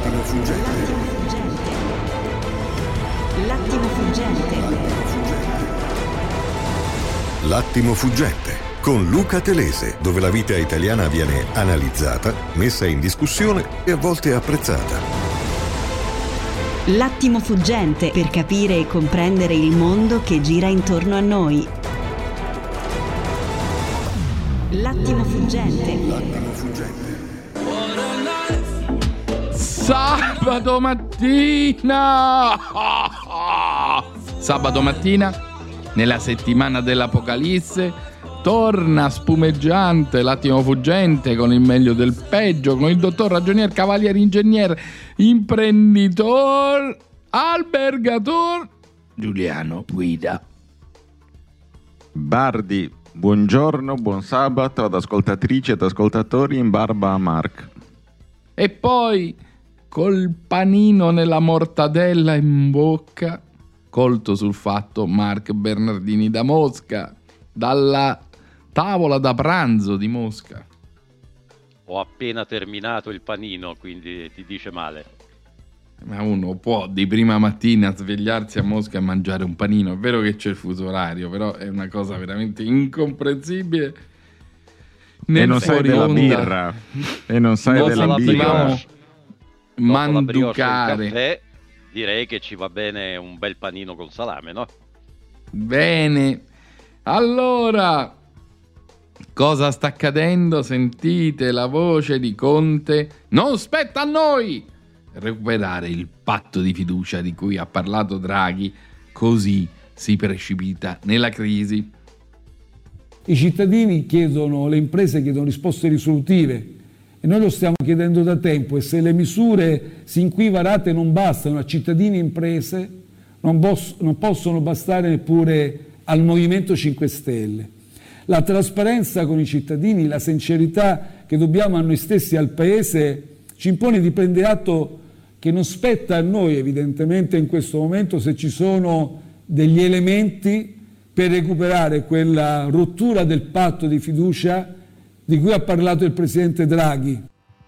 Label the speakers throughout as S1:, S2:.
S1: L'attimo fuggente.
S2: L'attimo fuggente con Luca Telese, dove la vita italiana viene analizzata, messa in discussione e a volte apprezzata.
S1: L'attimo fuggente per capire e comprendere il mondo che gira intorno a noi. L'attimo fuggente.
S2: L'attimo fuggente.
S3: Sabato mattina, nella settimana dell'Apocalisse, torna spumeggiante l'attimo fuggente con il meglio del peggio, con il dottor ragionier, cavaliere, ingegner, imprenditor, albergator Giuliano Guida.
S4: Bardi, buongiorno, buon sabato ad ascoltatrici ed ascoltatori in barba a Mark.
S3: E poi, col panino nella mortadella in bocca, colto sul fatto Mark Bernardini da Mosca, dalla tavola da pranzo di Mosca.
S5: Ho appena terminato il panino, quindi ti dice male.
S3: Ma uno può di prima mattina svegliarsi a Mosca e mangiare un panino. È vero che c'è il fuso orario, però è una cosa veramente incomprensibile.
S4: E non sai della birra. E non sai della birra.
S3: Manducare.
S5: Caffè, direi che ci va bene un bel panino col salame, no?
S3: Bene. Allora, cosa sta accadendo? Sentite la voce di Conte. Non spetta a noi recuperare il patto di fiducia di cui ha parlato Draghi, così si precipita nella crisi.
S6: I cittadini chiedono, le imprese chiedono risposte risolutive e noi lo stiamo chiedendo da tempo, e se le misure sin qui varate non bastano a cittadini e imprese, non possono bastare neppure al Movimento 5 Stelle. La trasparenza con i cittadini, la sincerità che dobbiamo a noi stessi e al Paese ci impone di prendere atto che non spetta a noi evidentemente in questo momento se ci sono degli elementi per recuperare quella rottura del patto di fiducia di cui ha parlato il Presidente Draghi.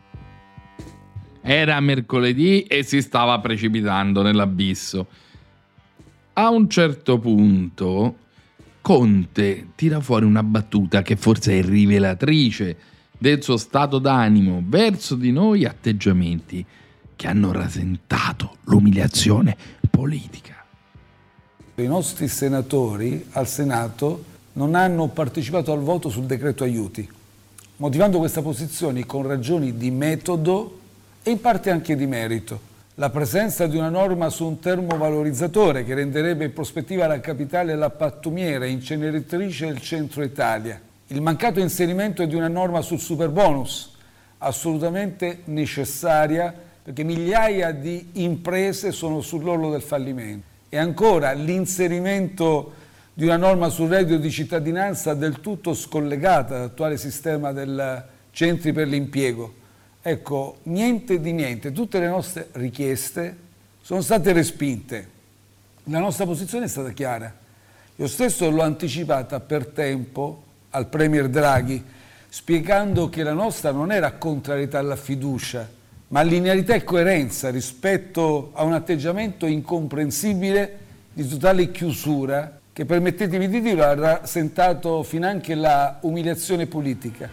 S3: Era mercoledì e si stava precipitando nell'abisso. A un certo punto Conte tira fuori una battuta che forse è rivelatrice del suo stato d'animo verso di noi, atteggiamenti che hanno rasentato l'umiliazione politica.
S6: I nostri senatori al Senato non hanno partecipato al voto sul decreto aiuti, motivando questa posizione con ragioni di metodo e in parte anche di merito. La presenza di una norma su un termovalorizzatore che renderebbe in prospettiva la capitale la pattumiera inceneritrice del centro Italia. Il mancato inserimento di una norma sul superbonus, assolutamente necessaria perché migliaia di imprese sono sull'orlo del fallimento. E ancora l'inserimento di una norma sul reddito di cittadinanza del tutto scollegata dall'attuale sistema del centri per l'impiego. Ecco, niente di niente, tutte le nostre richieste sono state respinte. La nostra posizione è stata chiara. Io stesso l'ho anticipata per tempo al Premier Draghi, spiegando che la nostra non era contrarietà alla fiducia, ma linearità e coerenza rispetto a un atteggiamento incomprensibile di totale chiusura che, permettetemi di dirlo, ha rasentato finanche la umiliazione politica.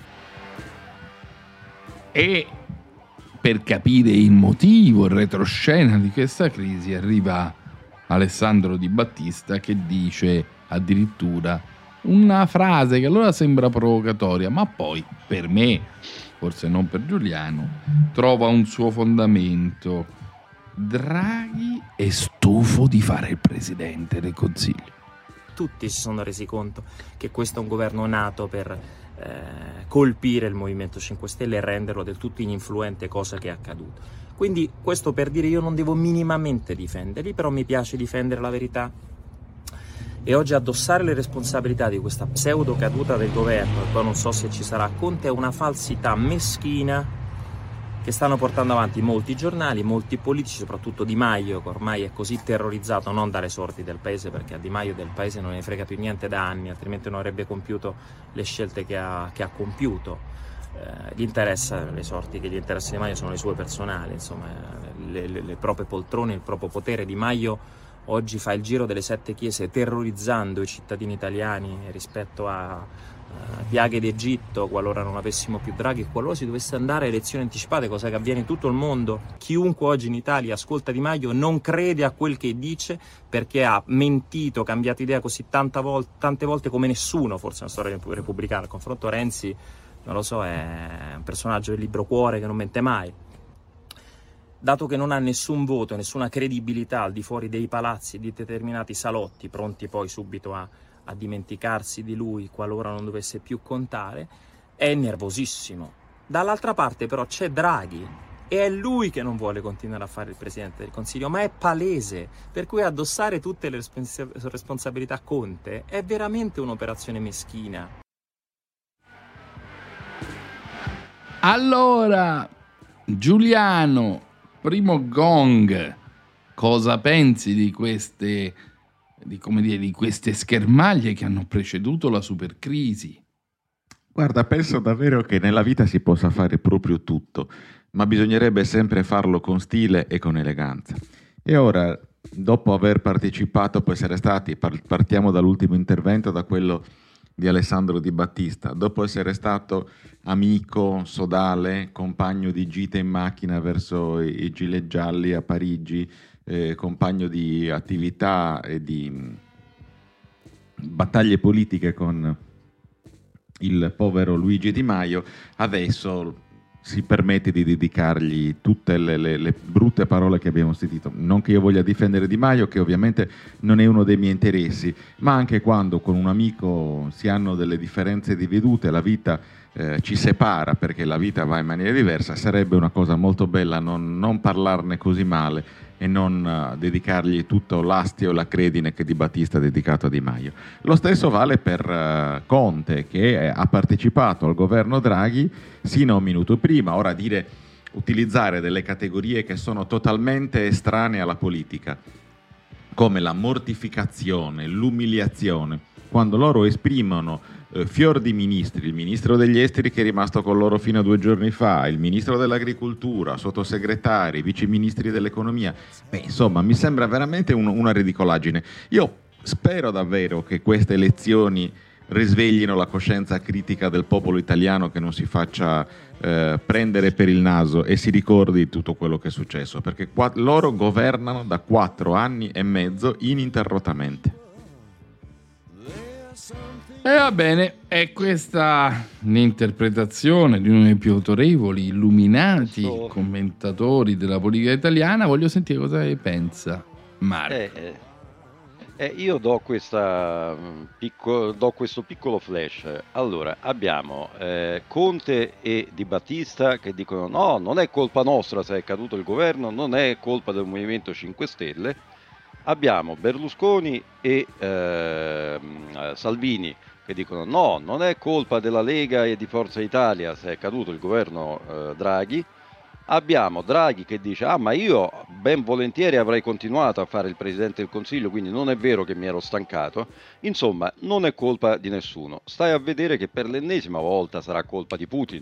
S3: E per capire il motivo, il retroscena di questa crisi, arriva Alessandro Di Battista che dice addirittura una frase che allora sembra provocatoria, ma poi per me, forse non per Giuliano, trova un suo fondamento. Draghi è stufo di fare il Presidente del Consiglio.
S7: Tutti si sono resi conto che questo è un governo nato per colpire il Movimento 5 Stelle e renderlo del tutto ininfluente, cosa che è accaduto. Quindi questo per dire, io non devo minimamente difenderli, però mi piace difendere la verità. E oggi addossare le responsabilità di questa pseudo caduta del governo, e poi non so se ci sarà Conte, è una falsità meschina che stanno portando avanti molti giornali, molti politici, soprattutto Di Maio, che ormai è così terrorizzato non dalle sorti del paese, perché a Di Maio del paese non ne frega più niente da anni, altrimenti non avrebbe compiuto le scelte che ha compiuto. Gli interessa, le sorti che gli interessa Di Maio sono le sue personali, insomma, le proprie poltrone, il proprio potere. Di Maio oggi fa il giro delle 7 chiese terrorizzando i cittadini italiani rispetto a piaghe d'Egitto qualora non avessimo più Draghi, qualora si dovesse andare a elezioni anticipate, cosa che avviene in tutto il mondo. Chiunque oggi in Italia ascolta Di Maio non crede a quel che dice, perché ha mentito, cambiato idea così tante volte come nessuno forse nella storia repubblicana. Il confronto Renzi, non lo so, è un personaggio del libro Cuore che non mente mai. Dato che non ha nessun voto, nessuna credibilità al di fuori dei palazzi e di determinati salotti, pronti poi subito a dimenticarsi di lui qualora non dovesse più contare, è nervosissimo. Dall'altra parte però c'è Draghi e è lui che non vuole continuare a fare il Presidente del Consiglio, ma è palese, per cui addossare tutte le responsabilità a Conte è veramente un'operazione meschina.
S3: Allora, Giuliano, primo gong, cosa pensi di queste schermaglie che hanno preceduto la supercrisi?
S4: Guarda, penso davvero che nella vita si possa fare proprio tutto, ma bisognerebbe sempre farlo con stile e con eleganza. E ora, dopo aver partecipato, può essere stati, partiamo dall'ultimo intervento, da quello di Alessandro Di Battista, dopo essere stato amico, sodale, compagno di gite in macchina verso i gilet gialli a Parigi, compagno di attività e di battaglie politiche con il povero Luigi Di Maio, adesso si permette di dedicargli tutte le brutte parole che abbiamo sentito. Non che io voglia difendere Di Maio, che ovviamente non è uno dei miei interessi, ma anche quando con un amico si hanno delle differenze di vedute, la vita ci separa perché la vita va in maniera diversa, sarebbe una cosa molto bella non parlarne così male e non dedicargli tutto l'astio e la credine che Di Battista ha dedicato a Di Maio. Lo stesso vale per Conte, che ha partecipato al governo Draghi sino a un minuto prima. Ora utilizzare delle categorie che sono totalmente estranee alla politica, come la mortificazione, l'umiliazione, quando loro esprimono fior di ministri, il ministro degli esteri che è rimasto con loro fino a 2 giorni fa, il ministro dell'agricoltura, sottosegretari, viceministri dell'economia, insomma mi sembra veramente una ridicolaggine. Io spero davvero che queste elezioni risveglino la coscienza critica del popolo italiano, che non si faccia prendere per il naso e si ricordi di tutto quello che è successo, perché loro governano da 4 anni e mezzo ininterrottamente.
S3: E va bene, è questa l'interpretazione di uno dei più autorevoli, illuminati commentatori della politica italiana. Voglio sentire cosa ne pensa Marco.
S5: Io do questo piccolo flash. Allora, abbiamo Conte e Di Battista che dicono no, non è colpa nostra se è caduto il governo, non è colpa del Movimento 5 Stelle. Abbiamo Berlusconi e Salvini che dicono no, non è colpa della Lega e di Forza Italia se è caduto il governo Draghi. Abbiamo Draghi che dice ma io ben volentieri avrei continuato a fare il Presidente del Consiglio, quindi non è vero che mi ero stancato. Insomma, non è colpa di nessuno. Stai a vedere che per l'ennesima volta sarà colpa di Putin.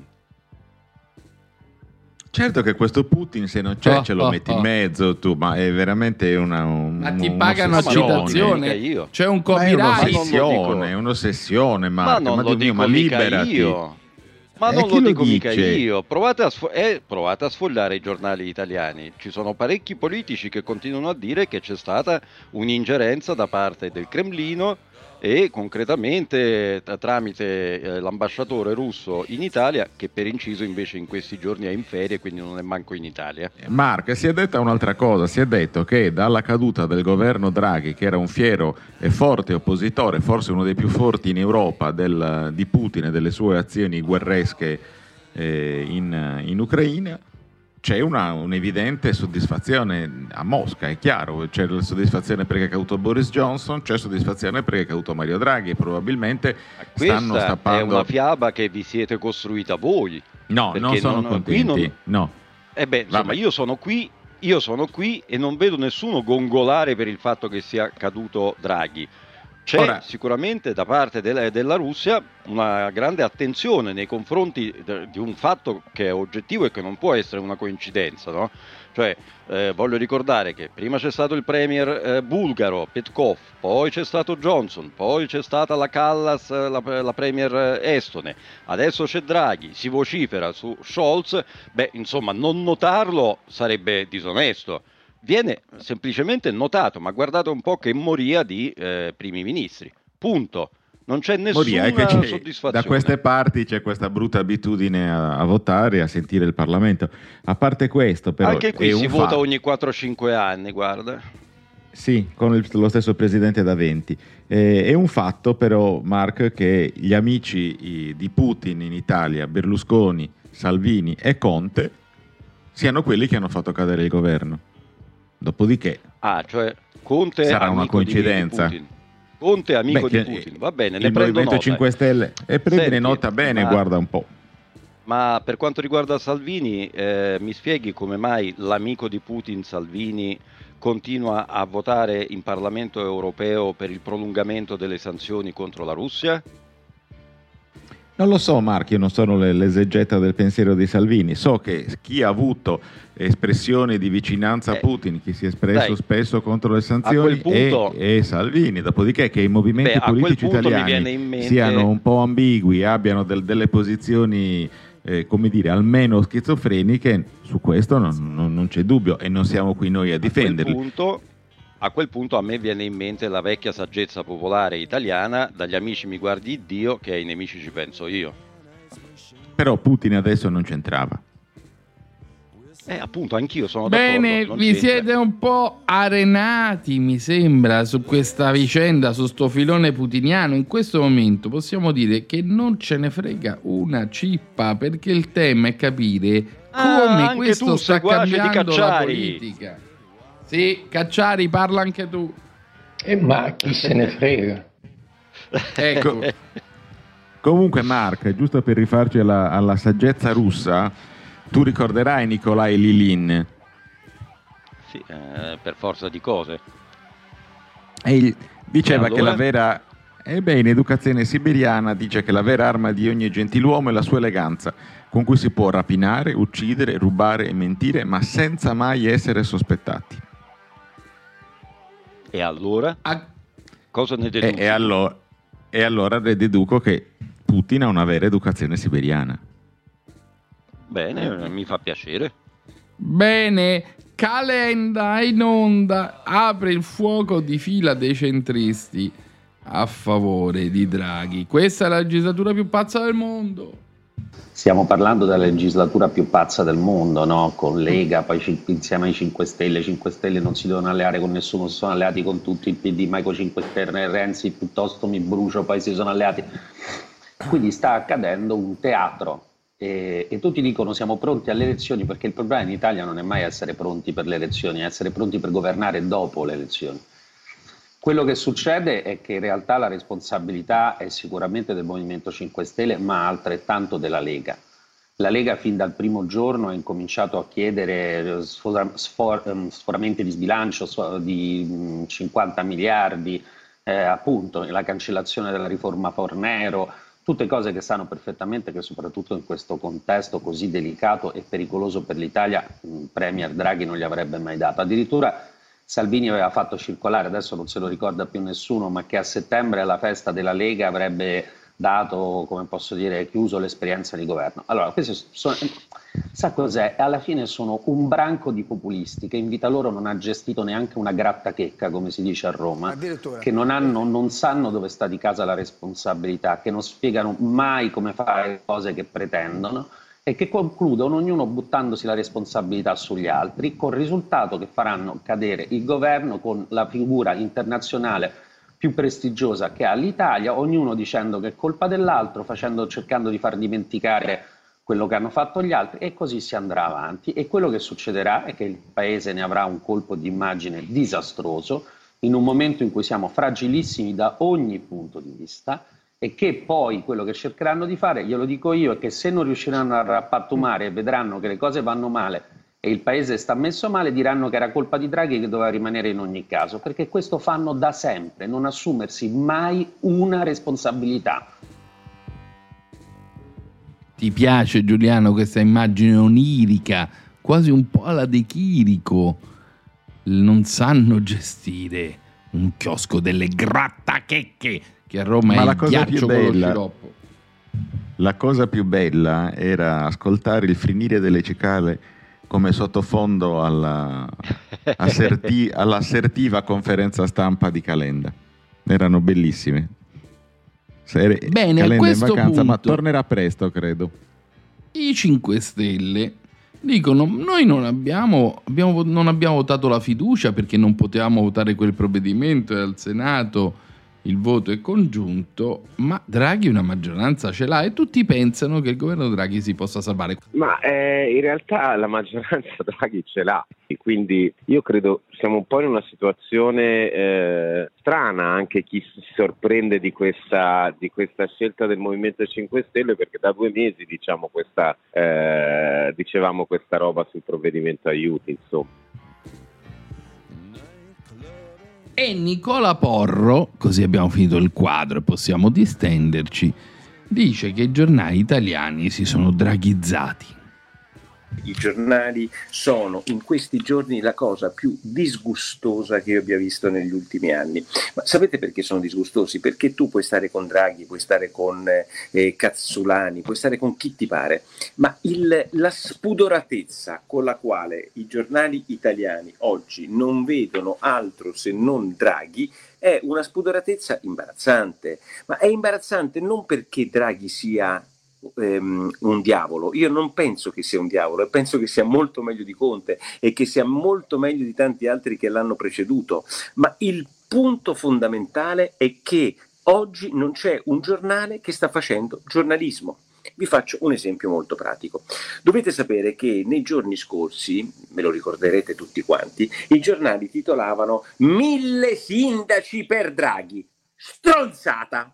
S4: Certo che questo Putin, se non c'è, ce lo metti in mezzo tu, ma è veramente
S3: ma ti pagano a citazione, c'è un copyright.
S4: È un'ossessione, Marco,
S5: ma non lo dico mica io. Ma non lo dico mica io. Provate a sfogliare i giornali italiani. Ci sono parecchi politici che continuano a dire che c'è stata un'ingerenza da parte del Cremlino e concretamente tramite l'ambasciatore russo in Italia, che per inciso invece in questi giorni è in ferie, quindi non è manco in Italia.
S4: Marco, si è detta un'altra cosa, si è detto che dalla caduta del governo Draghi, che era un fiero e forte oppositore, forse uno dei più forti in Europa di Putin e delle sue azioni guerresche in Ucraina, c'è un'evidente soddisfazione a Mosca, è chiaro, c'è la soddisfazione perché è caduto Boris Johnson, c'è soddisfazione perché è caduto Mario Draghi e probabilmente stanno stappando...
S5: È una fiaba che vi siete costruita voi.
S4: No, non sono contenti, no.
S5: Insomma, io sono qui e non vedo nessuno gongolare per il fatto che sia caduto Draghi. C'è sicuramente da parte della Russia una grande attenzione nei confronti di un fatto che è oggettivo e che non può essere una coincidenza, no? Cioè, voglio ricordare che prima c'è stato il premier bulgaro Petkov, poi c'è stato Johnson, poi c'è stata la Kallas, la premier estone, adesso c'è Draghi, si vocifera su Scholz. Beh, insomma, non notarlo sarebbe disonesto. Viene semplicemente notato, ma guardate un po' che moria di primi ministri. Punto. Non c'è nessuna soddisfazione.
S4: Da queste parti c'è questa brutta abitudine a votare e a sentire il Parlamento. A parte questo, però,
S5: anche qui si vota ogni 4-5 anni, guarda.
S4: Sì, con lo stesso presidente da 20. È un fatto però, Mark, che gli amici di Putin in Italia, Berlusconi, Salvini e Conte, siano quelli che hanno fatto cadere il governo. Dopodiché
S5: cioè Conte
S4: sarà una coincidenza.
S5: Conte è amico di Putin, va bene, ne prendo nota.
S4: Il Movimento 5 Stelle, e prendine nota bene, guarda un po'.
S5: Ma per quanto riguarda Salvini, mi spieghi come mai l'amico di Putin, Salvini, continua a votare in Parlamento europeo per il prolungamento delle sanzioni contro la Russia?
S4: Non lo so, Mark, io non sono l'esegeta del pensiero di Salvini. So che chi ha avuto espressioni di vicinanza a Putin, chi si è espresso spesso contro le sanzioni, è Salvini. Dopodiché che i movimenti politici italiani siano un po' ambigui, abbiano delle posizioni, come dire, almeno schizofreniche, su questo non c'è dubbio, e non siamo qui noi a difenderli.
S5: A quel punto a me viene in mente la vecchia saggezza popolare italiana: dagli amici mi guardi Dio, che ai nemici ci penso io.
S4: Però Putin adesso non c'entrava.
S5: Appunto, anch'io sono d'accordo.
S3: Bene, vi siete un po' arenati, mi sembra, su questa vicenda, su sto filone putiniano. In questo momento possiamo dire che non ce ne frega una cippa, perché il tema è capire come questo sta cambiando la politica. Sì, Cacciari, parla anche tu.
S8: Ma chi se ne frega?
S3: Ecco.
S4: Comunque, Mark, giusto per rifarci alla saggezza russa, tu ricorderai Nikolai Lilin?
S5: Sì, per forza di cose.
S4: Diceva che la vera... in educazione siberiana dice che la vera arma di ogni gentiluomo è la sua eleganza, con cui si può rapinare, uccidere, rubare e mentire, ma senza mai essere sospettati.
S5: E allora? Cosa ne deduci?
S4: E allora ne deduco che Putin ha una vera educazione siberiana.
S5: Bene, mi fa piacere.
S3: Bene, Calenda in onda apre il fuoco di fila dei centristi a favore di Draghi. Questa è la legislatura più pazza del mondo.
S9: Stiamo parlando della legislatura più pazza del mondo, no? Con Lega, poi insieme ai 5 Stelle. I 5 Stelle non si devono alleare con nessuno, si sono alleati con tutti, il PD, mai con 5 Stelle e Renzi, piuttosto mi brucio, poi si sono alleati. Quindi sta accadendo un teatro e tutti dicono siamo pronti alle elezioni, perché il problema in Italia non è mai essere pronti per le elezioni, è essere pronti per governare dopo le elezioni. Quello che succede è che in realtà la responsabilità è sicuramente del Movimento 5 Stelle, ma altrettanto della Lega. La Lega fin dal primo giorno ha incominciato a chiedere sforamenti di sbilancio di 50 miliardi, appunto la cancellazione della riforma Fornero, tutte cose che sanno perfettamente che soprattutto in questo contesto così delicato e pericoloso per l'Italia, il Premier Draghi non gli avrebbe mai dato. Addirittura Salvini aveva fatto circolare, adesso non se lo ricorda più nessuno, ma che a settembre alla festa della Lega avrebbe dato, come posso dire, chiuso l'esperienza di governo. Allora, queste sono, sa cos'è? Alla fine sono un branco di populisti che in vita loro non ha gestito neanche una grattachecca, come si dice a Roma, che non sanno dove sta di casa la responsabilità, che non spiegano mai come fare le cose che pretendono, e che concludono ognuno buttandosi la responsabilità sugli altri, col risultato che faranno cadere il governo con la figura internazionale più prestigiosa che ha l'Italia, ognuno dicendo che è colpa dell'altro, cercando di far dimenticare quello che hanno fatto gli altri, e così si andrà avanti. E quello che succederà è che il Paese ne avrà un colpo di immagine disastroso, in un momento in cui siamo fragilissimi da ogni punto di vista, e che poi quello che cercheranno di fare, glielo dico io, è che se non riusciranno a rappattumare e vedranno che le cose vanno male e il paese sta messo male, diranno che era colpa di Draghi, che doveva rimanere in ogni caso, perché questo fanno da sempre, non assumersi mai una responsabilità.
S3: Ti piace, Giuliano, questa immagine onirica, quasi un po' alla De Chirico? Non sanno gestire un chiosco delle grattachecche, che a Roma è il ghiaccio con lo sciroppo.
S4: La cosa più bella era ascoltare il finire delle cicale come sottofondo all'assertiva conferenza stampa di Calenda. Erano bellissime.
S3: Bene,
S4: Calenda
S3: a questo
S4: in vacanza,
S3: punto,
S4: ma tornerà presto, credo.
S3: I 5 Stelle dicono: noi non abbiamo votato la fiducia perché non potevamo votare quel provvedimento e al Senato il voto è congiunto, ma Draghi una maggioranza ce l'ha e tutti pensano che il governo Draghi si possa salvare.
S10: Ma in realtà la maggioranza Draghi ce l'ha, quindi io credo siamo un po' in una situazione strana, anche chi si sorprende di questa scelta del Movimento 5 Stelle, perché da 2 mesi dicevamo questa roba sul provvedimento aiuti, insomma.
S3: E Nicola Porro, così abbiamo finito il quadro e possiamo distenderci, dice che i giornali italiani si sono draghizzati.
S11: I giornali sono in questi giorni la cosa più disgustosa che io abbia visto negli ultimi anni. Ma sapete perché sono disgustosi? Perché tu puoi stare con Draghi, puoi stare con Cazzulani, puoi stare con chi ti pare, ma la spudoratezza con la quale i giornali italiani oggi non vedono altro se non Draghi è una spudoratezza imbarazzante. Ma è imbarazzante non perché Draghi sia un diavolo. Io non penso che sia un diavolo, e penso che sia molto meglio di Conte e che sia molto meglio di tanti altri che l'hanno preceduto, ma il punto fondamentale è che oggi non c'è un giornale che sta facendo giornalismo. Vi faccio un esempio molto pratico. Dovete sapere che nei giorni scorsi, me lo ricorderete tutti quanti, i giornali titolavano 1000 sindaci per Draghi. Stronzata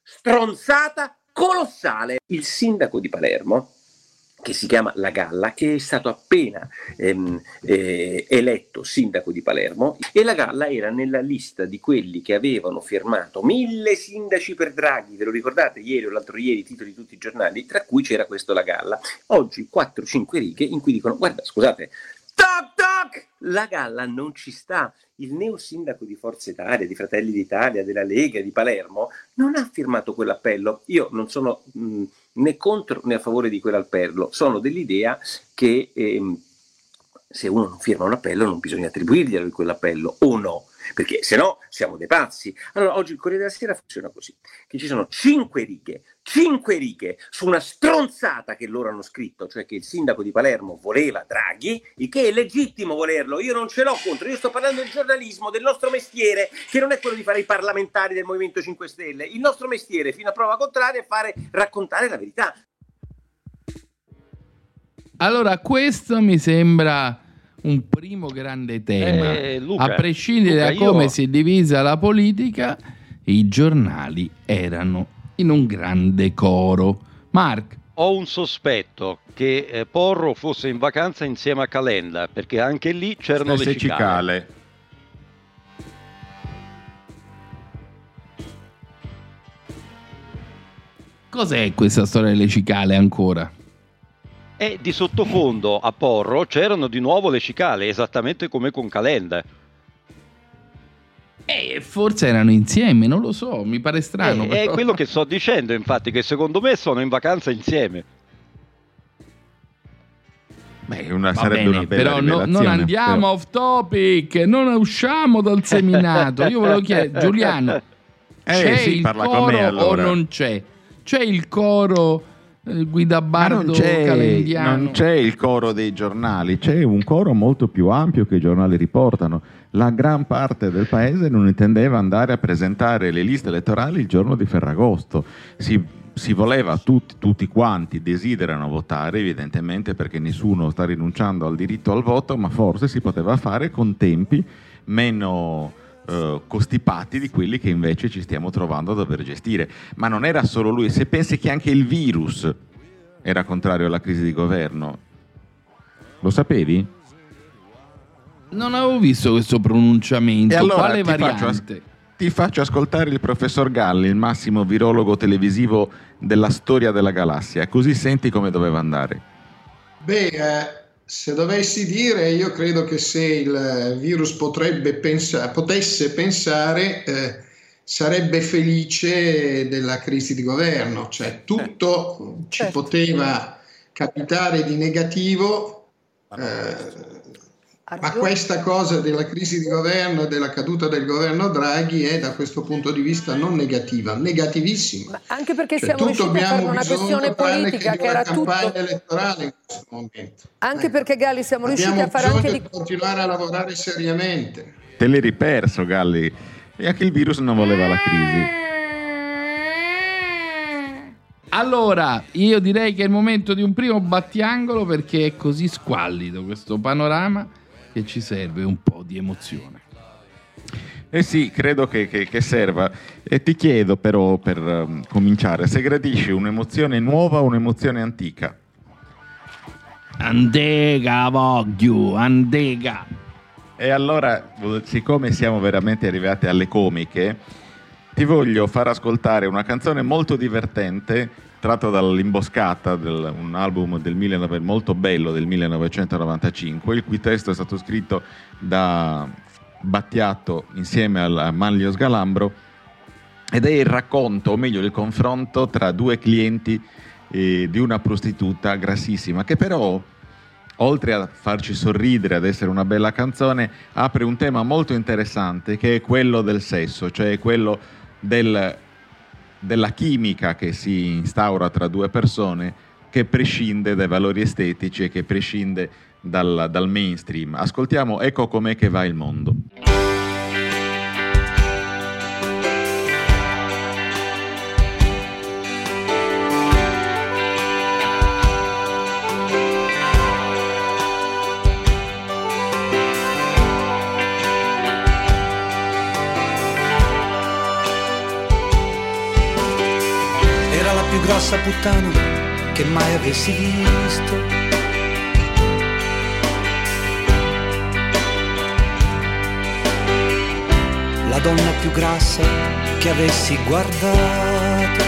S11: colossale. Il sindaco di Palermo, che si chiama La Galla, che è stato appena eletto sindaco di Palermo, e La Galla era nella lista di quelli che avevano firmato 1000 sindaci per Draghi, ve lo ricordate ieri o l'altro ieri, i titoli di tutti i giornali, tra cui c'era questo La Galla. Oggi 4-5 righe in cui dicono: guarda, scusate, toc toc, La Galla non ci sta. Il neo sindaco di Forza Italia, di Fratelli d'Italia, della Lega, di Palermo, non ha firmato quell'appello. Io non sono né contro né a favore di quell'appello, sono dell'idea che se uno non firma un appello non bisogna attribuirglielo quell'appello, o no? Perché se no siamo dei pazzi. Allora oggi il Corriere della Sera funziona così, che ci sono 5 righe su una stronzata che loro hanno scritto, cioè che il sindaco di Palermo voleva Draghi, il che è legittimo volerlo, io non ce l'ho contro, io sto parlando del giornalismo, del nostro mestiere, che non è quello di fare i parlamentari del Movimento 5 Stelle, il nostro mestiere fino a prova contraria è raccontare la verità.
S3: Allora questo mi sembra un primo grande tema.
S5: Luca,
S3: a prescindere da come si è divisa la politica, i giornali erano in un grande coro. Mark?
S5: Ho un sospetto che Porro fosse in vacanza insieme a Calenda, perché anche lì c'erano le cicale.
S3: Cos'è questa storia delle cicale ancora?
S5: E di sottofondo a Porro c'erano di nuovo le cicale, esattamente come con Calenda.
S3: Forse erano insieme, non lo so, mi pare strano.
S5: È quello che sto dicendo, infatti, che secondo me sono in vacanza insieme.
S4: Beh, sarebbe una bella
S3: però
S4: rivelazione.
S3: Non andiamo off topic, non usciamo dal seminato. Io volevo chiedere, Giuliano, c'è il coro
S4: con me, allora.
S3: O non c'è? C'è il coro Guidabardo calendiano?
S4: Non c'è il coro dei giornali, c'è un coro molto più ampio che i giornali riportano. La gran parte del paese non intendeva andare a presentare le liste elettorali il giorno di Ferragosto. Si voleva, tutti quanti desiderano votare, evidentemente perché nessuno sta rinunciando al diritto al voto, ma forse si poteva fare con tempi meno costipati di quelli che invece ci stiamo trovando a dover gestire. Ma non era solo lui, se pensi che anche il virus era contrario alla crisi di governo, lo sapevi?
S3: Non avevo visto questo pronunciamento.
S4: E allora
S3: quale variante?
S4: Ti faccio ascoltare il professor Galli, il massimo virologo televisivo della storia della galassia, così senti come doveva andare.
S12: Se dovessi dire, io credo che se il virus potesse pensare, sarebbe felice della crisi di governo, cioè tutto ci poteva capitare di negativo, ma questa cosa della crisi di governo e della caduta del governo Draghi è da questo punto di vista non negativa, negativissima.
S13: Ma anche perché siamo riusciti a fare una questione politica che era tutto
S12: campagna elettorale in questo momento.
S13: Anche perché Galli siamo riusciti a fare anche
S12: di continuare a lavorare seriamente.
S4: Te l'hai riperso, Galli, e anche il virus non voleva la crisi.
S3: Allora, io direi che è il momento di un primo battiangolo, perché è così squallido questo panorama che ci serve un po' di emozione.
S4: Sì, credo che serva. E ti chiedo però, per cominciare, se gradisci un'emozione nuova o un'emozione antica?
S3: Andega, voglio, andega.
S4: E allora, siccome siamo veramente arrivati alle comiche, ti voglio far ascoltare una canzone molto divertente tratta dall'Imboscata, un album molto bello del 1995, il cui testo è stato scritto da Battiato insieme a Manlio Sgalambro, ed è il racconto, o meglio il confronto tra due clienti di una prostituta grassissima, che però, oltre a farci sorridere, ad essere una bella canzone, apre un tema molto interessante, che è quello del sesso, cioè quello della chimica che si instaura tra due persone, che prescinde dai valori estetici e che prescinde dal mainstream. Ascoltiamo Ecco com'è che va il mondo.
S14: Grossa puttana che mai avessi visto, la donna più grassa che avessi guardato,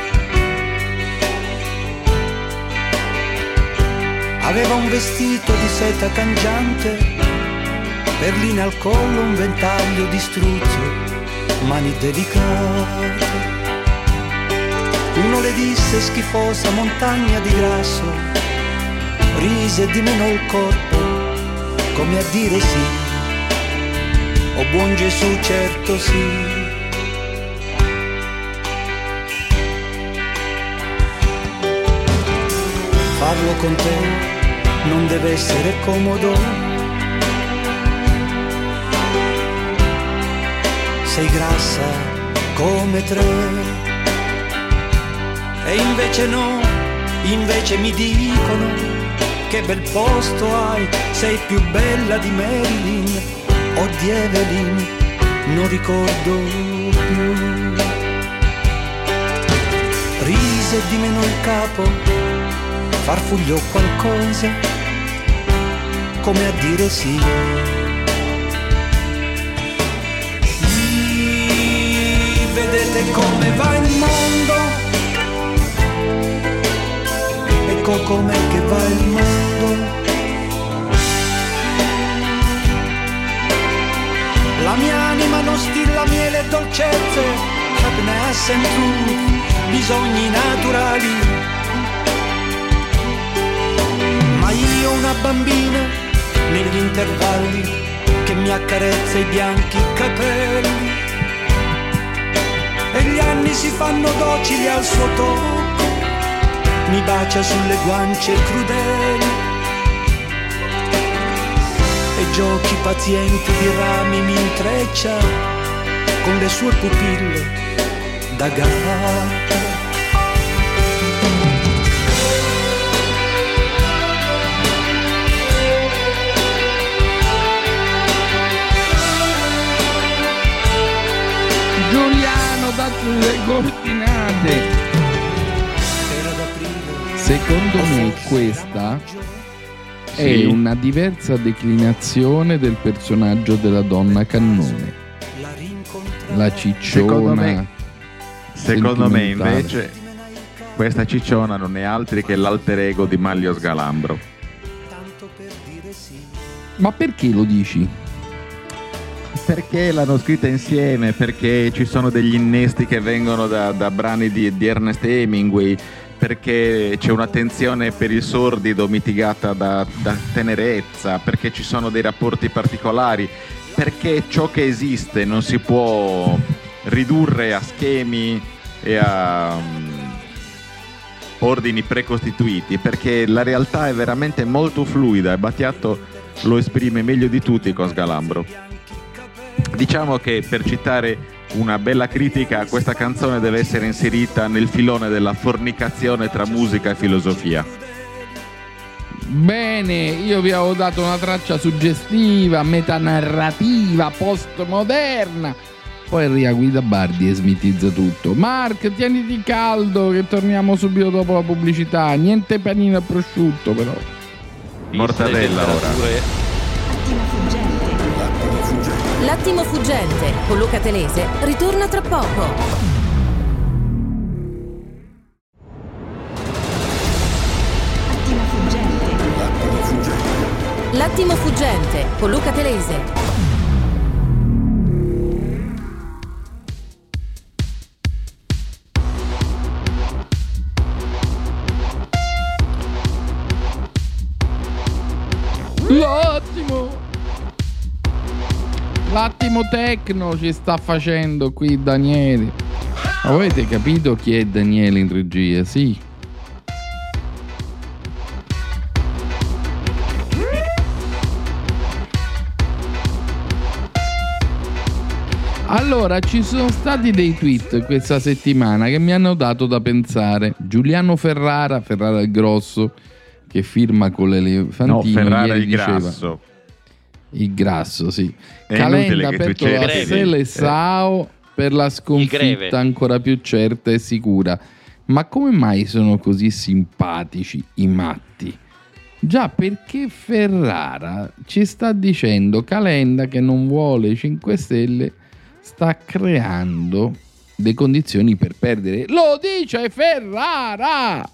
S14: aveva un vestito di seta cangiante, perline al collo, un ventaglio di struzzo, mani delicate. Uno le disse schifosa montagna di grasso, rise e dimenò il corpo, come a dire sì, o buon Gesù certo sì. Farlo con te non deve essere comodo, sei grassa come tre. E invece no, invece mi dicono che bel posto hai, sei più bella di Marilyn o di Evelyn, non ricordo più. Rise e dimenò il capo, farfugliò qualcosa, come a dire sì. Vedete come va il mondo? Ecco com'è che va il mondo. La mia anima non stilla miele e dolcezze, happiness and truth, bisogni naturali. Ma io una bambina negli intervalli che mi accarezza i bianchi capelli, e gli anni si fanno docili al suo tocco, mi bacia sulle guance crudeli, e giochi pazienti di rami mi intreccia con le sue pupille da gatta.
S3: Giuliano, date le coordinate. Secondo me questa è una diversa declinazione del personaggio della donna cannone. La cicciona.
S4: Secondo me invece questa cicciona non è altri che l'alter ego di Manlio Sgalambro.
S3: Ma perché lo dici?
S4: Perché l'hanno scritta insieme, perché ci sono degli innesti che vengono da brani di Ernest Hemingway, perché c'è un'attenzione per il sordido mitigata da tenerezza, perché ci sono dei rapporti particolari, perché ciò che esiste non si può ridurre a schemi e a ordini precostituiti, perché la realtà è veramente molto fluida e Battiato lo esprime meglio di tutti con Sgalambro. Diciamo che, per citare una bella critica, questa canzone deve essere inserita nel filone della fornicazione tra musica e filosofia.
S3: Bene, io vi avevo dato una traccia suggestiva, metanarrativa, postmoderna. Poi arriva Guida Bardi e smitizza tutto. Mark, tieniti caldo che torniamo subito dopo la pubblicità. Niente panino a prosciutto però.
S4: Mortadella ora.
S15: L'attimo fuggente con Luca Telese ritorna tra poco. L'attimo fuggente con Luca Telese.
S3: L'attimo tecno ci sta facendo qui Daniele. Avete capito chi è Daniele in regia? Sì. Allora, ci sono stati dei tweet questa settimana che mi hanno dato da pensare. Giuliano Ferrara il grosso, che firma con l'elefantino.
S4: No, Ferrara il
S3: diceva,
S4: grasso.
S3: Il grasso, sì.
S4: È
S3: Calenda
S4: inutile che
S3: aperto la Seleção per la sconfitta ancora più certa e sicura. Ma come mai sono così simpatici i matti? Già, perché Ferrara ci sta dicendo Calenda che non vuole 5 Stelle sta creando le condizioni per perdere. Lo dice Ferrara!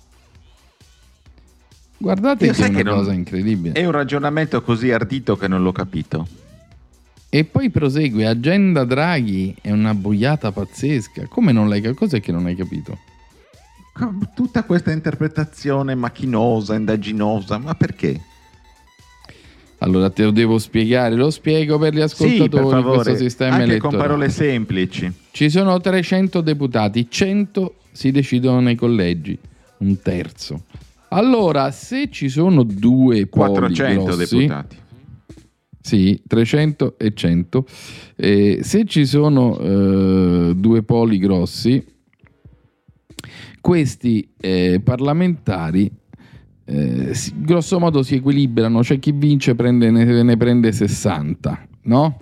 S3: Guardate che è una cosa incredibile.
S4: È un ragionamento così ardito che non l'ho capito.
S3: E poi prosegue, agenda Draghi è una boiata pazzesca. Come non l'hai capito? Cos'è che non hai capito?
S4: Tutta questa interpretazione macchinosa, indaginosa, ma perché?
S3: Allora te lo devo spiegare, lo spiego per gli ascoltatori.
S4: Sì, per favore,
S3: questo sistema
S4: anche
S3: elettorale.
S4: con parole semplici.
S3: Ci sono 300 deputati, 100 si decidono nei collegi, un terzo. Allora, se ci sono due poli
S4: 400
S3: grossi,
S4: deputati.
S3: Sì, 300 e 100. Se ci sono due poli grossi, questi parlamentari grosso modo si equilibrano, cioè chi vince ne prende 60, no?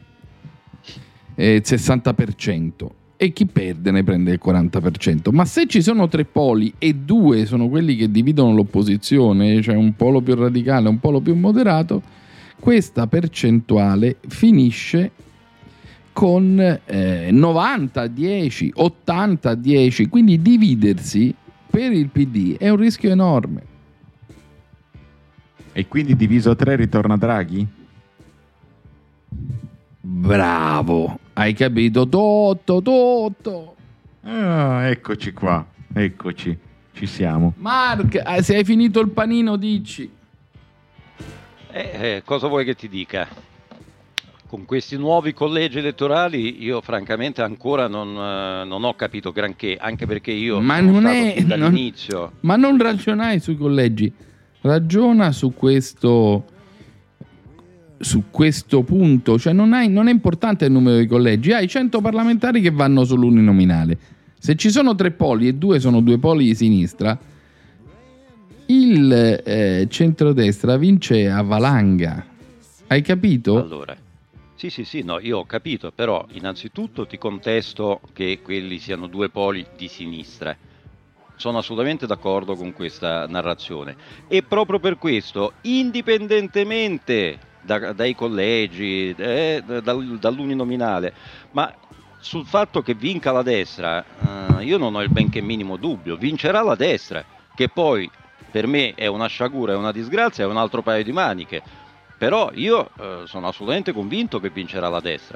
S3: 60%. E chi perde ne prende il 40%. Ma se ci sono 3 poli e 2 sono quelli che dividono l'opposizione, cioè un polo più radicale e un polo più moderato, questa percentuale finisce con 90-10, 80-10, quindi dividersi per il PD è un rischio enorme.
S4: E quindi diviso a 3 ritorna Draghi?
S3: Bravo, hai capito tutto.
S4: Eccoci qua, eccoci, ci siamo.
S3: Mark, se hai finito il panino dici.
S5: Cosa vuoi che ti dica? Con questi nuovi collegi elettorali io francamente ancora non ho capito granché, anche perché io sono stato dall'inizio.
S3: Ma non ragionai sui collegi, ragiona su questo punto, cioè non è importante il numero di collegi, hai 100 parlamentari che vanno sull'uninominale. Se ci sono 3 poli e 2 sono 2 poli di sinistra, il centrodestra vince a valanga. Hai capito?
S5: Allora, sì, no, io ho capito, però innanzitutto ti contesto che quelli siano 2 poli di sinistra. sono assolutamente d'accordo con questa narrazione, e proprio per questo, indipendentemente dai collegi, dall'uninominale, ma sul fatto che vinca la destra, io non ho il benché minimo dubbio, vincerà la destra, che poi per me è una sciagura, è una disgrazia, è un altro paio di maniche, però io sono assolutamente convinto che vincerà la destra.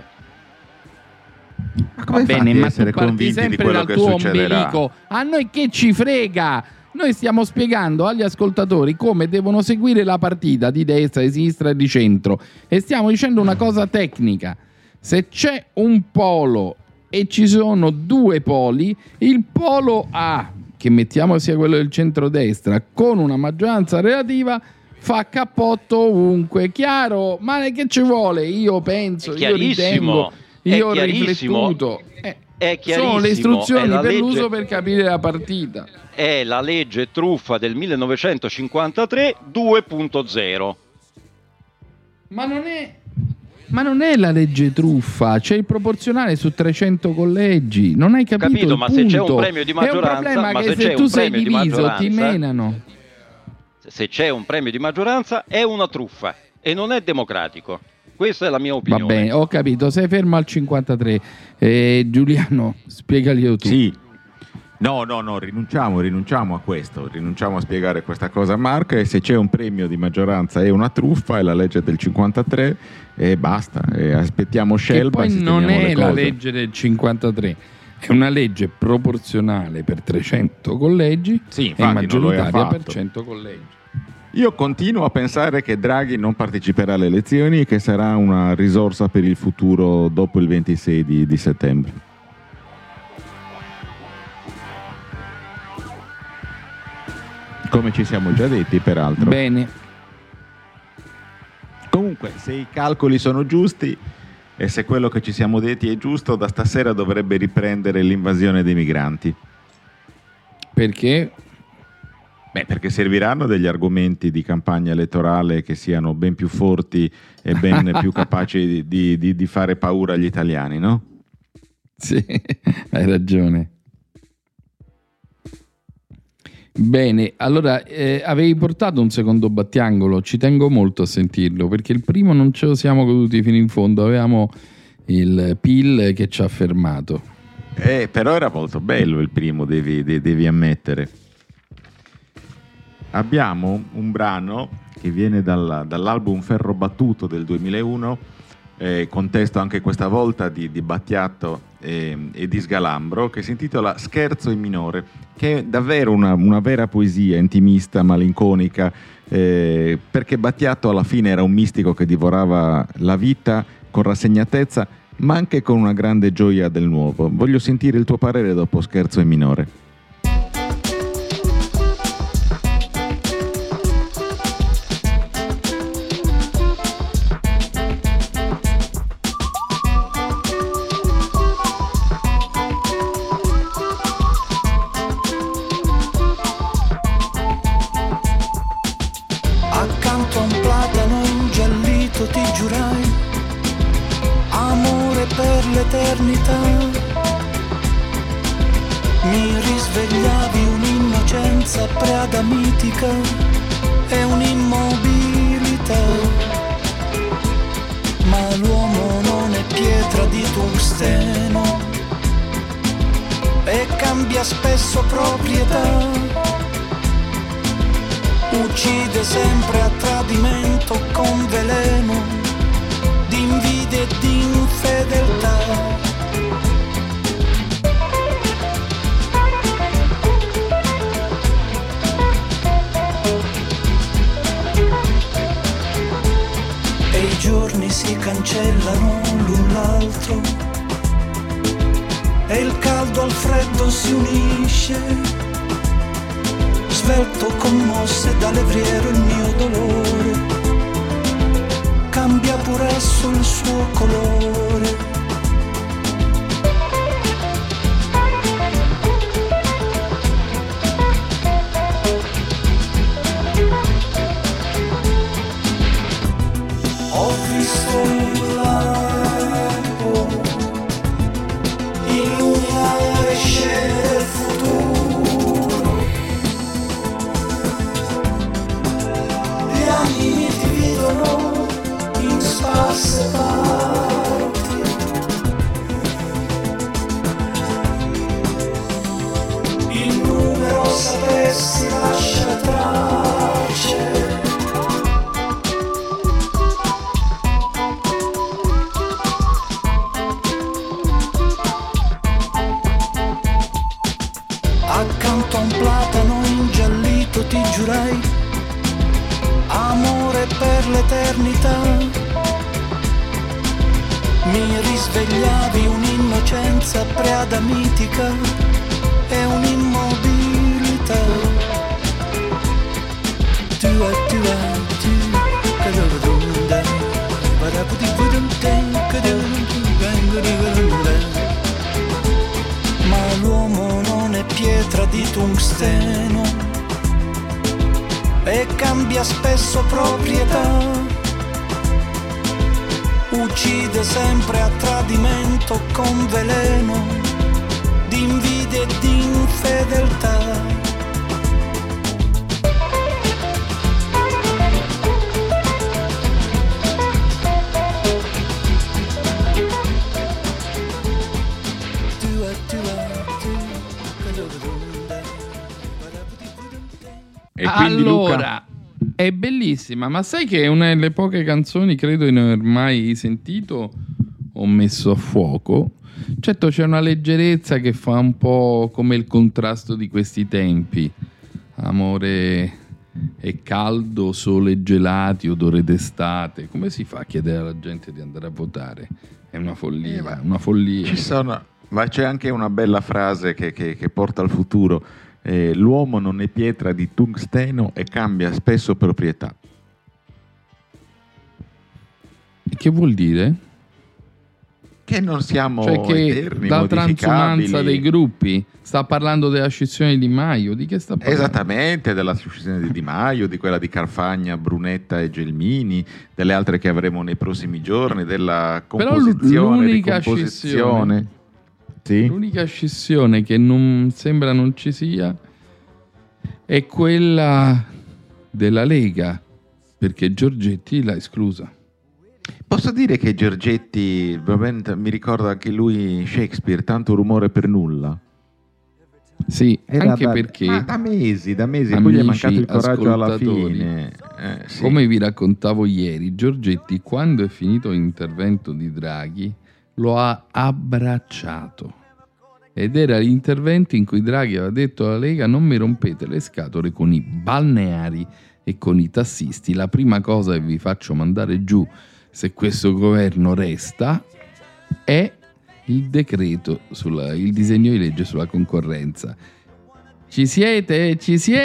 S4: Ma come bene, ma essere convinti di quello che succederà?
S3: Ombelico. A noi che ci frega? Noi stiamo spiegando agli ascoltatori come devono seguire la partita di destra, di sinistra e di centro, e stiamo dicendo una cosa tecnica. Se c'è un polo e ci sono due poli, il polo A, che mettiamo sia quello del centrodestra, con una maggioranza relativa, fa cappotto ovunque. Chiaro? Ma che ci vuole? Io penso, io ritengo, io ho riflettuto.
S5: È chiarissimo.
S3: Sono le istruzioni per
S5: legge,
S3: l'uso per capire la partita.
S5: È la legge truffa del 1953 2.0.
S3: Ma non è la legge truffa, c'è il proporzionale su 300 collegi. Non hai capito?
S5: Ma
S3: punto.
S5: Se c'è un premio di maggioranza,
S3: è un problema
S5: ma
S3: che se
S5: c'è
S3: tu
S5: un
S3: sei
S5: premio
S3: diviso
S5: di maggioranza,
S3: ti menano.
S5: Se c'è un premio di maggioranza è una truffa e non è democratico. Questa è la mia opinione.
S3: Va bene, ho capito, sei fermo al 53. Giuliano, spiegaglielo tu.
S4: Sì. No, rinunciamo a questo, rinunciamo a spiegare questa cosa a Marco, e se c'è un premio di maggioranza è una truffa, è la legge del 53 e basta, e aspettiamo Scelba.
S3: Che poi non è la legge del 53, è una legge proporzionale per 300 collegi,
S4: sì,
S3: e maggioritaria per 100 collegi.
S4: Io continuo a pensare che Draghi non parteciperà alle elezioni e che sarà una risorsa per il futuro dopo il 26 di settembre. Come ci siamo già detti, peraltro.
S3: Bene.
S4: Comunque, se i calcoli sono giusti e se quello che ci siamo detti è giusto, da stasera dovrebbe riprendere l'invasione dei migranti.
S3: Perché?
S4: Perché serviranno degli argomenti di campagna elettorale che siano ben più forti e ben più capaci di fare paura agli italiani, no?
S3: Sì, hai ragione. Bene, allora avevi portato un secondo battiangolo, ci tengo molto a sentirlo, perché il primo non ce lo siamo goduti fino in fondo, avevamo il PIL che ci ha fermato.
S4: Però era molto bello il primo, devi ammettere. Abbiamo un brano che viene dall'album Ferro Battuto del 2001, contesto anche questa volta di Battiato e di Sgalambro, che si intitola Scherzo in minore, che è davvero una vera poesia intimista, malinconica, perché Battiato alla fine era un mistico che divorava la vita con rassegnatezza, ma anche con una grande gioia del nuovo. Voglio sentire il tuo parere dopo Scherzo in minore.
S14: L'eternità mi risvegliavi un'innocenza preadamitica e un'immobilità, ma l'uomo non è pietra di tungsteno e cambia spesso proprietà, uccide sempre a tradimento con veleno di invidia e di infedeltà. E i giorni si cancellano l'un l'altro e il caldo al freddo si unisce, svelto commosse da levriero il mio dolore, cambia pure esso il suo colore. Ho visto il lampo illuminare scene del futuro, per l'eternità. Mi risvegliavi un'innocenza preadamitica e un'immobilità. Ma l'uomo non è pietra di tungsteno e cambia spesso proprietà. Uccide sempre a tradimento con veleno di invidia e di infedeltà.
S3: Allora, Luca... è bellissima, ma sai che è una delle poche canzoni, credo di non aver mai sentito o messo a fuoco. Certo, c'è una leggerezza che fa un po' come il contrasto di questi tempi. Amore è caldo, sole gelati, odore d'estate. Come si fa a chiedere alla gente di andare a votare? È una follia, una follia.
S4: Ma c'è anche una bella frase che porta al futuro. L'uomo non è pietra di tungsteno e cambia spesso proprietà.
S3: Che vuol dire?
S4: Che non siamo eterni,
S3: la
S4: modificabili.
S3: Transumanza dei gruppi. Sta parlando della scissione di Di Maio. Di che sta parlando?
S4: Esattamente, della scissione di Di Maio, di quella di Carfagna, Brunetta e Gelmini, delle altre che avremo nei prossimi giorni, della composizione, ricomposizione. Sì.
S3: L'unica scissione che non sembra non ci sia è quella della Lega, perché Giorgetti l'ha esclusa.
S4: Posso dire che Giorgetti mi ricorda anche lui Shakespeare, tanto rumore per nulla.
S3: Sì, anche perché
S4: da mesi,
S3: amici,
S4: poi gli è mancato il coraggio alla fine. Sì.
S3: Come vi raccontavo ieri, Giorgetti, quando è finito l'intervento di Draghi, lo ha abbracciato. Ed era l'intervento in cui Draghi aveva detto alla Lega: non mi rompete le scatole con i balneari e con i tassisti. La prima cosa che vi faccio mandare giù, se questo governo resta, è il decreto, il disegno di legge sulla concorrenza. Ci siete?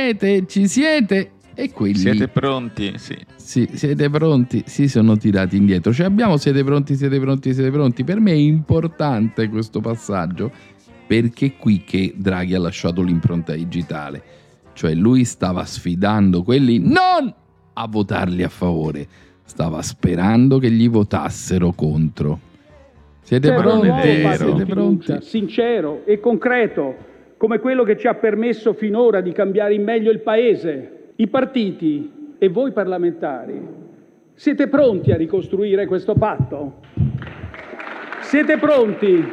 S3: E quelli...
S4: Siete pronti?
S3: Sì, siete pronti? Si sono tirati indietro. Cioè abbiamo siete pronti? Per me è importante questo passaggio, perché è qui che Draghi ha lasciato l'impronta digitale. Cioè lui stava sfidando quelli non a votarli a favore, stava sperando che gli votassero contro. Siete pronti?
S16: Sincero e concreto, come quello che ci ha permesso finora di cambiare in meglio il Paese. I partiti e voi parlamentari siete pronti a ricostruire questo patto? Siete pronti?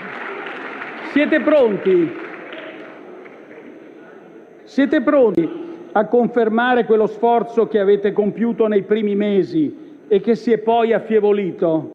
S16: Siete pronti a confermare quello sforzo che avete compiuto nei primi mesi e che si è poi affievolito?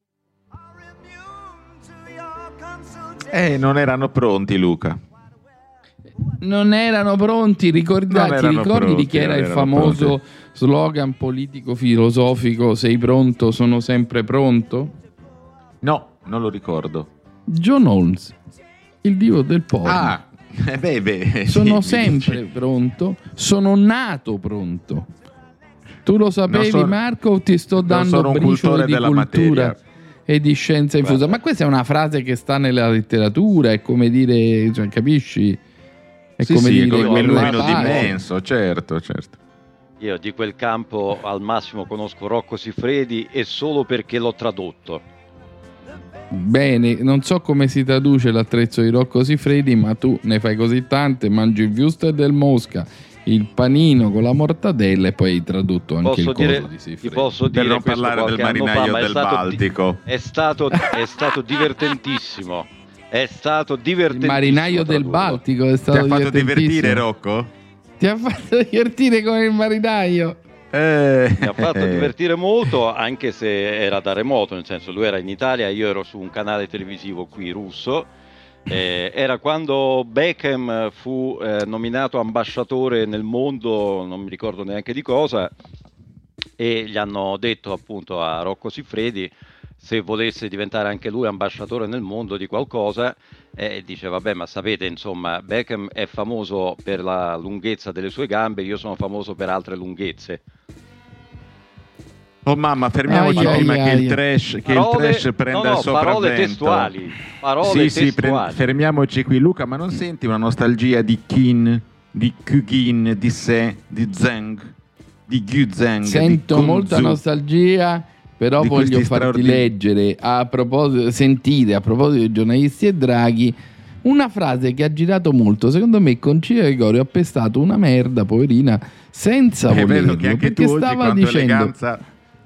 S4: Non erano pronti, Luca.
S3: Non erano pronti, ricordi di chi era il famoso slogan politico-filosofico: sei pronto, sono sempre pronto?
S4: No, non lo ricordo.
S3: John Holmes, il dio del porno. Sono sempre pronto, sono nato pronto. Tu lo sapevi, Marco, o ti sto dando bricioli di cultura
S4: materia
S3: e di scienza infusa? Ma questa è una frase che sta nella letteratura, è come dire, cioè, capisci? È come dire
S4: quell'umano immenso, certo.
S5: Io di quel campo al massimo conosco Rocco Siffredi e solo perché l'ho tradotto.
S3: Bene, non so come si traduce l'attrezzo di Rocco Siffredi, ma tu ne fai così tante, mangi il wurstel del Mosca, il panino con la mortadella e poi hai tradotto anche il coso di Siffredi.
S5: Ti posso dire,
S4: per non parlare del marinaio del Baltico.
S5: È stato divertentissimo. È stato divertentissimo.
S3: Il marinaio del Baltico è stato
S4: divertentissimo. Ti ha fatto divertire, Rocco?
S3: Ti ha fatto divertire con il marinaio?
S5: Mi ha fatto divertire molto, anche se era da remoto, nel senso lui era in Italia, io ero su un canale televisivo qui russo. Era quando Beckham fu nominato ambasciatore nel mondo, non mi ricordo neanche di cosa, e gli hanno detto appunto a Rocco Siffredi se volesse diventare anche lui ambasciatore nel mondo di qualcosa, dice vabbè, ma sapete, insomma, Beckham è famoso per la lunghezza delle sue gambe, io sono famoso per altre lunghezze.
S4: Oh mamma, fermiamoci prima che il trash prenda il sopravvento.
S5: Parole testuali.
S4: Fermiamoci qui. Luca, ma non senti una nostalgia di Kin, di Kugin, di Se, di Zeng, di Gyuzeng?
S3: Sento molta nostalgia, però voglio farti leggere a proposito dei giornalisti e Draghi una frase che ha girato molto. Secondo me Concita Gregorio ha pestato una merda, poverina, senza volerlo,
S4: che anche
S3: perché
S4: tu
S3: stava
S4: oggi,
S3: dicendo
S4: eleganza...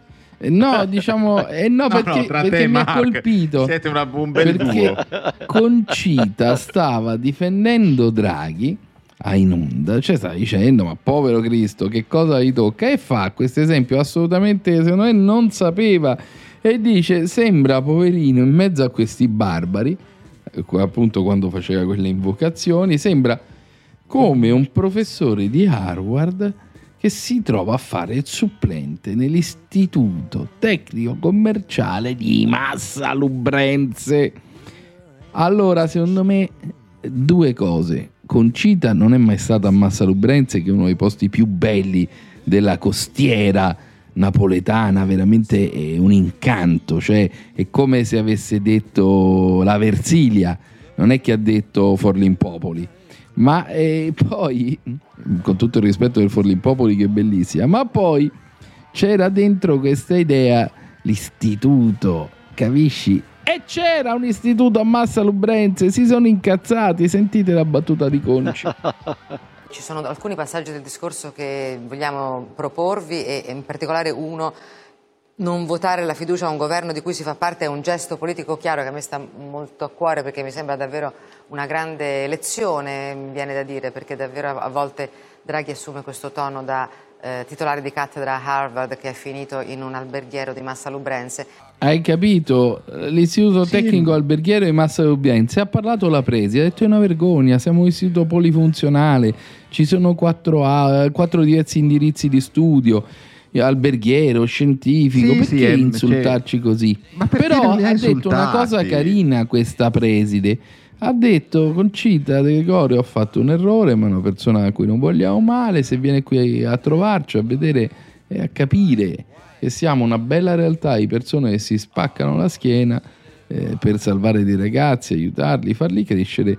S3: No, diciamo, perché mi ha colpito.
S4: Siete una bel
S3: perché Concita stava difendendo Draghi in onda, cioè stava dicendo ma povero Cristo, che cosa gli tocca, e fa questo esempio assolutamente, secondo me non sapeva, e dice sembra poverino in mezzo a questi barbari, appunto quando faceva quelle invocazioni, sembra come un professore di Harvard che si trova a fare il supplente nell'istituto tecnico commerciale di Massa Lubrense. Allora, secondo me, due cose. Concita non è mai stata a Massa Lubrense, che è uno dei posti più belli della costiera napoletana, veramente è un incanto, cioè è come se avesse detto la Versilia, non è che ha detto Forlimpopoli. Ma poi, con tutto il rispetto del Forlimpopoli che è bellissima, ma poi c'era dentro questa idea, l'istituto, capisci? E c'era un istituto a Massa Lubrense, si sono incazzati, sentite la battuta di Conci.
S17: Ci sono alcuni passaggi del discorso che vogliamo proporvi e in particolare uno: non votare la fiducia a un governo di cui si fa parte è un gesto politico chiaro che a me sta molto a cuore, perché mi sembra davvero una grande lezione, mi viene da dire, perché davvero a volte Draghi assume questo tono da titolare di cattedra a Harvard che è finito in un alberghiero di Massa Lubrense.
S3: Hai capito? L'istituto tecnico alberghiero di Massa Lubrense, ha parlato la Presi, ha detto è una vergogna, siamo un istituto polifunzionale, ci sono 4 diversi indirizzi di studio, alberghiero, scientifico, perché insultarci così? Però ha detto una cosa carina questa preside, ha detto Concita Gregorio ha fatto un errore, ma è una persona a cui non vogliamo male, se viene qui a trovarci, a vedere e a capire che siamo una bella realtà di persone che si spaccano la schiena per salvare dei ragazzi, aiutarli, farli crescere,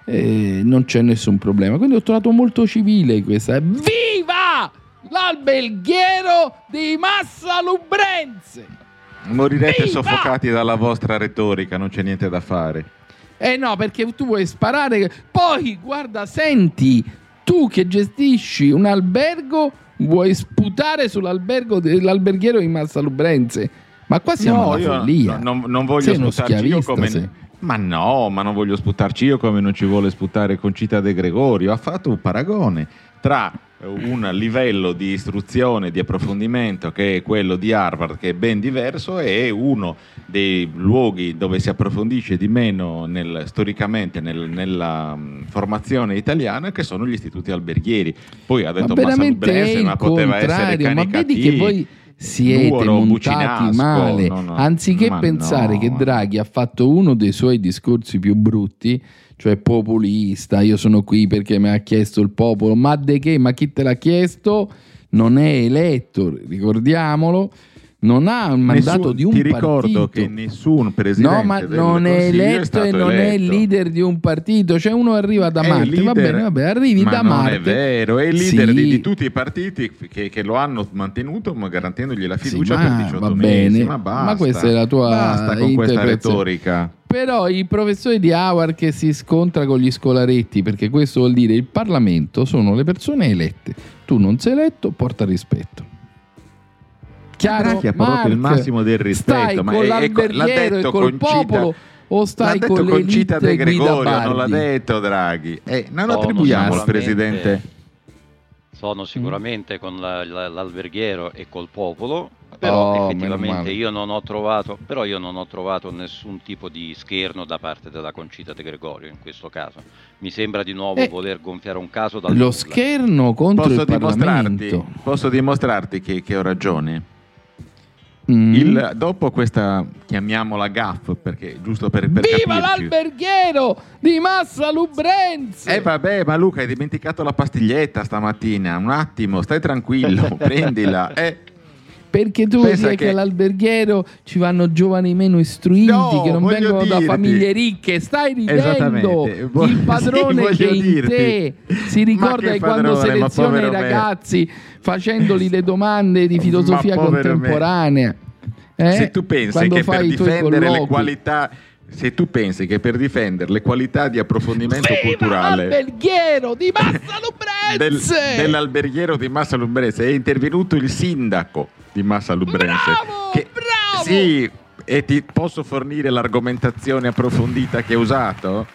S3: non c'è nessun problema. Quindi ho trovato molto civile questa. Viva l'alberghiero di Massa Lubrense!
S4: Morirete soffocati dalla vostra retorica, non c'è niente da fare.
S3: No, perché tu vuoi sparare. Poi, guarda, senti, tu che gestisci un albergo vuoi sputare sull'alberghiero di Massa Lubrense? Ma qua siamo alla follia.
S4: Non voglio sputarci io come... Ma non voglio sputarci io come non ci vuole sputare Concita De Gregorio. Ha fatto un paragone tra un livello di istruzione, di approfondimento che è quello di Harvard, che è ben diverso, e uno dei luoghi dove si approfondisce di meno storicamente nella formazione italiana, che sono gli istituti alberghieri. Poi ha detto Massa Lubrense, ma poteva essere Canicattì,
S3: ma vedi che voi siete montati male. Anziché pensare che Draghi ha fatto uno dei suoi discorsi più brutti, cioè populista, io sono qui perché mi ha chiesto il popolo, ma de che? Ma chi te l'ha chiesto? Non è eletto, ricordiamolo, non ha un mandato di un partito.
S4: Ti ricordo che nessun presidente
S3: non è eletto e non è leader di un partito, cioè uno arriva da Marte, va bene, arrivi da Marte.
S4: Ma non è vero, è il leader di tutti i partiti che lo hanno mantenuto, ma garantendogli la fiducia per 18 mesi.
S3: Ma basta, ma questa è la tua
S4: basta con questa retorica.
S3: Però i professori di Harvard che si scontra con gli scolaretti, perché questo vuol dire il Parlamento sono le persone elette, tu non sei eletto, porta rispetto. Chiaro?
S4: Draghi ha parlato il massimo del rispetto,
S3: stai
S4: ma
S3: con l'alberghiero e col popolo o stai con l'elite
S4: Concita De Gregorio,
S3: Guida
S4: non l'ha detto Draghi. Non attribuiamo al presidente.
S5: Sono sicuramente con l'alberghiero e col popolo, Però effettivamente io non ho trovato nessun tipo di scherno da parte della Concita De Gregorio in questo caso. Mi sembra di nuovo voler gonfiare un caso dal
S3: lo
S5: nulla.
S3: scherno contro il Parlamento.
S4: Posso dimostrarti che ho ragione? Dopo questa, chiamiamola gaffe, perché giusto per
S3: Viva
S4: capirci.
S3: l'alberghiero di Massa Lubrense!
S4: Vabbè, ma Luca, hai dimenticato la pastiglietta stamattina. Un attimo, stai tranquillo, prendila.
S3: Perché tu sai che all'alberghiero ci vanno giovani meno istruiti, che non vengono da famiglie ricche. Stai ridendo. Il padrone che in te si ricorda di quando seleziona i ragazzi facendoli le domande di filosofia contemporanea.
S4: Se tu pensi che per difendere le qualità, se tu pensi che per difendere le qualità di approfondimento culturale
S3: dell'alberghiero di Massa Lubrense
S4: dell'alberghiero di Massa Lubrense è intervenuto il sindaco di Massa Lubrense,
S3: bravo!
S4: Sì, e ti posso fornire l'argomentazione approfondita che ha usato.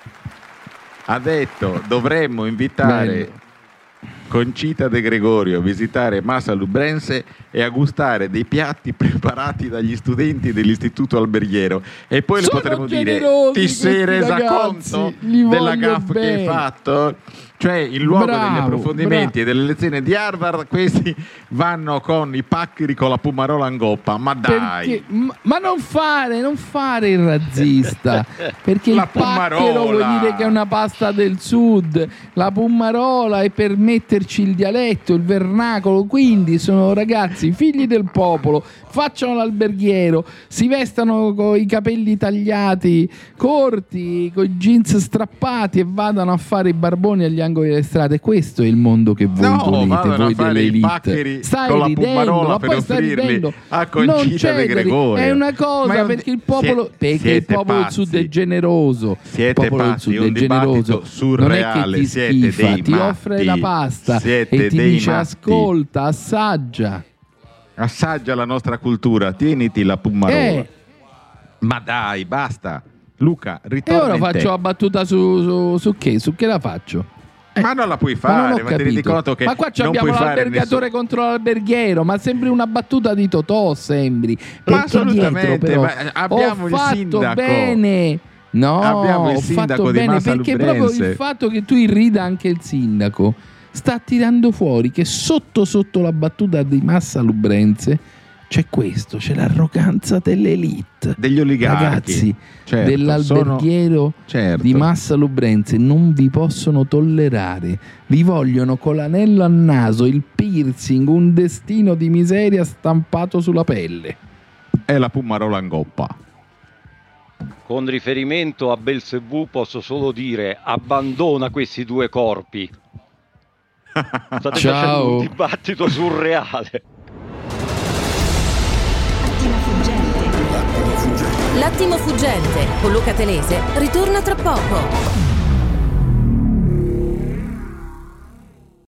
S4: Ha detto: dovremmo invitare Concita De Gregorio a visitare Massa Lubrense e a gustare dei piatti preparati dagli studenti dell'istituto alberghiero, e poi le potremo dire: ti sei resa conto della gaffa che hai fatto? Cioè, in luogo degli approfondimenti e delle lezioni di Harvard, questi vanno con i paccheri con la Pumarola in goppa. Ma dai!
S3: Ma non fare il razzista, perché il pacchero vuol dire che è una pasta del sud, la Pumarola è per metterci il dialetto, il vernacolo, quindi sono ragazzi figli del popolo, facciano l'alberghiero, si vestano con i capelli tagliati corti, con i jeans strappati e vadano a fare i barboni agli angoli delle strade. Questo è il mondo che voi volete, voi delle elite. Stai ridendo, ma poi stai ridendo. Non c'è, è una cosa, perché il popolo del sud è generoso. Il popolo del sud è generoso, non è che ti schifa, ti offre la pasta e ti dice: ascolta, assaggia
S4: la nostra cultura, tieniti la Pumarola. Ma dai, basta. Luca, ritorna.
S3: E ora faccio la battuta su che? Su che la faccio?
S4: Ma non la puoi fare, ma ti rendi conto che
S3: ma qua abbiamo l'albergatore contro l'alberghiero, ma sembri una battuta di Totò, sembri.
S4: Ma assolutamente, però, ma abbiamo il sindaco.
S3: Bene. No,
S4: abbiamo il sindaco di Massa
S3: perché
S4: Lubrense.
S3: Proprio il fatto che tu irrida anche il sindaco sta tirando fuori che sotto la battuta di Massa Lubrense c'è questo, c'è l'arroganza dell'elite,
S4: degli oligarchi,
S3: ragazzi,
S4: certo,
S3: dell'alberghiero di Massa Lubrense. Non vi possono tollerare, vi vogliono con l'anello al naso, il piercing, un destino di miseria stampato sulla pelle.
S4: È la Pumarola in goppa.
S5: Con riferimento a Belzebù posso solo dire: abbandona questi due corpi. State facendo un dibattito surreale.
S15: L'attimo fuggente con Luca Telese ritorna tra poco.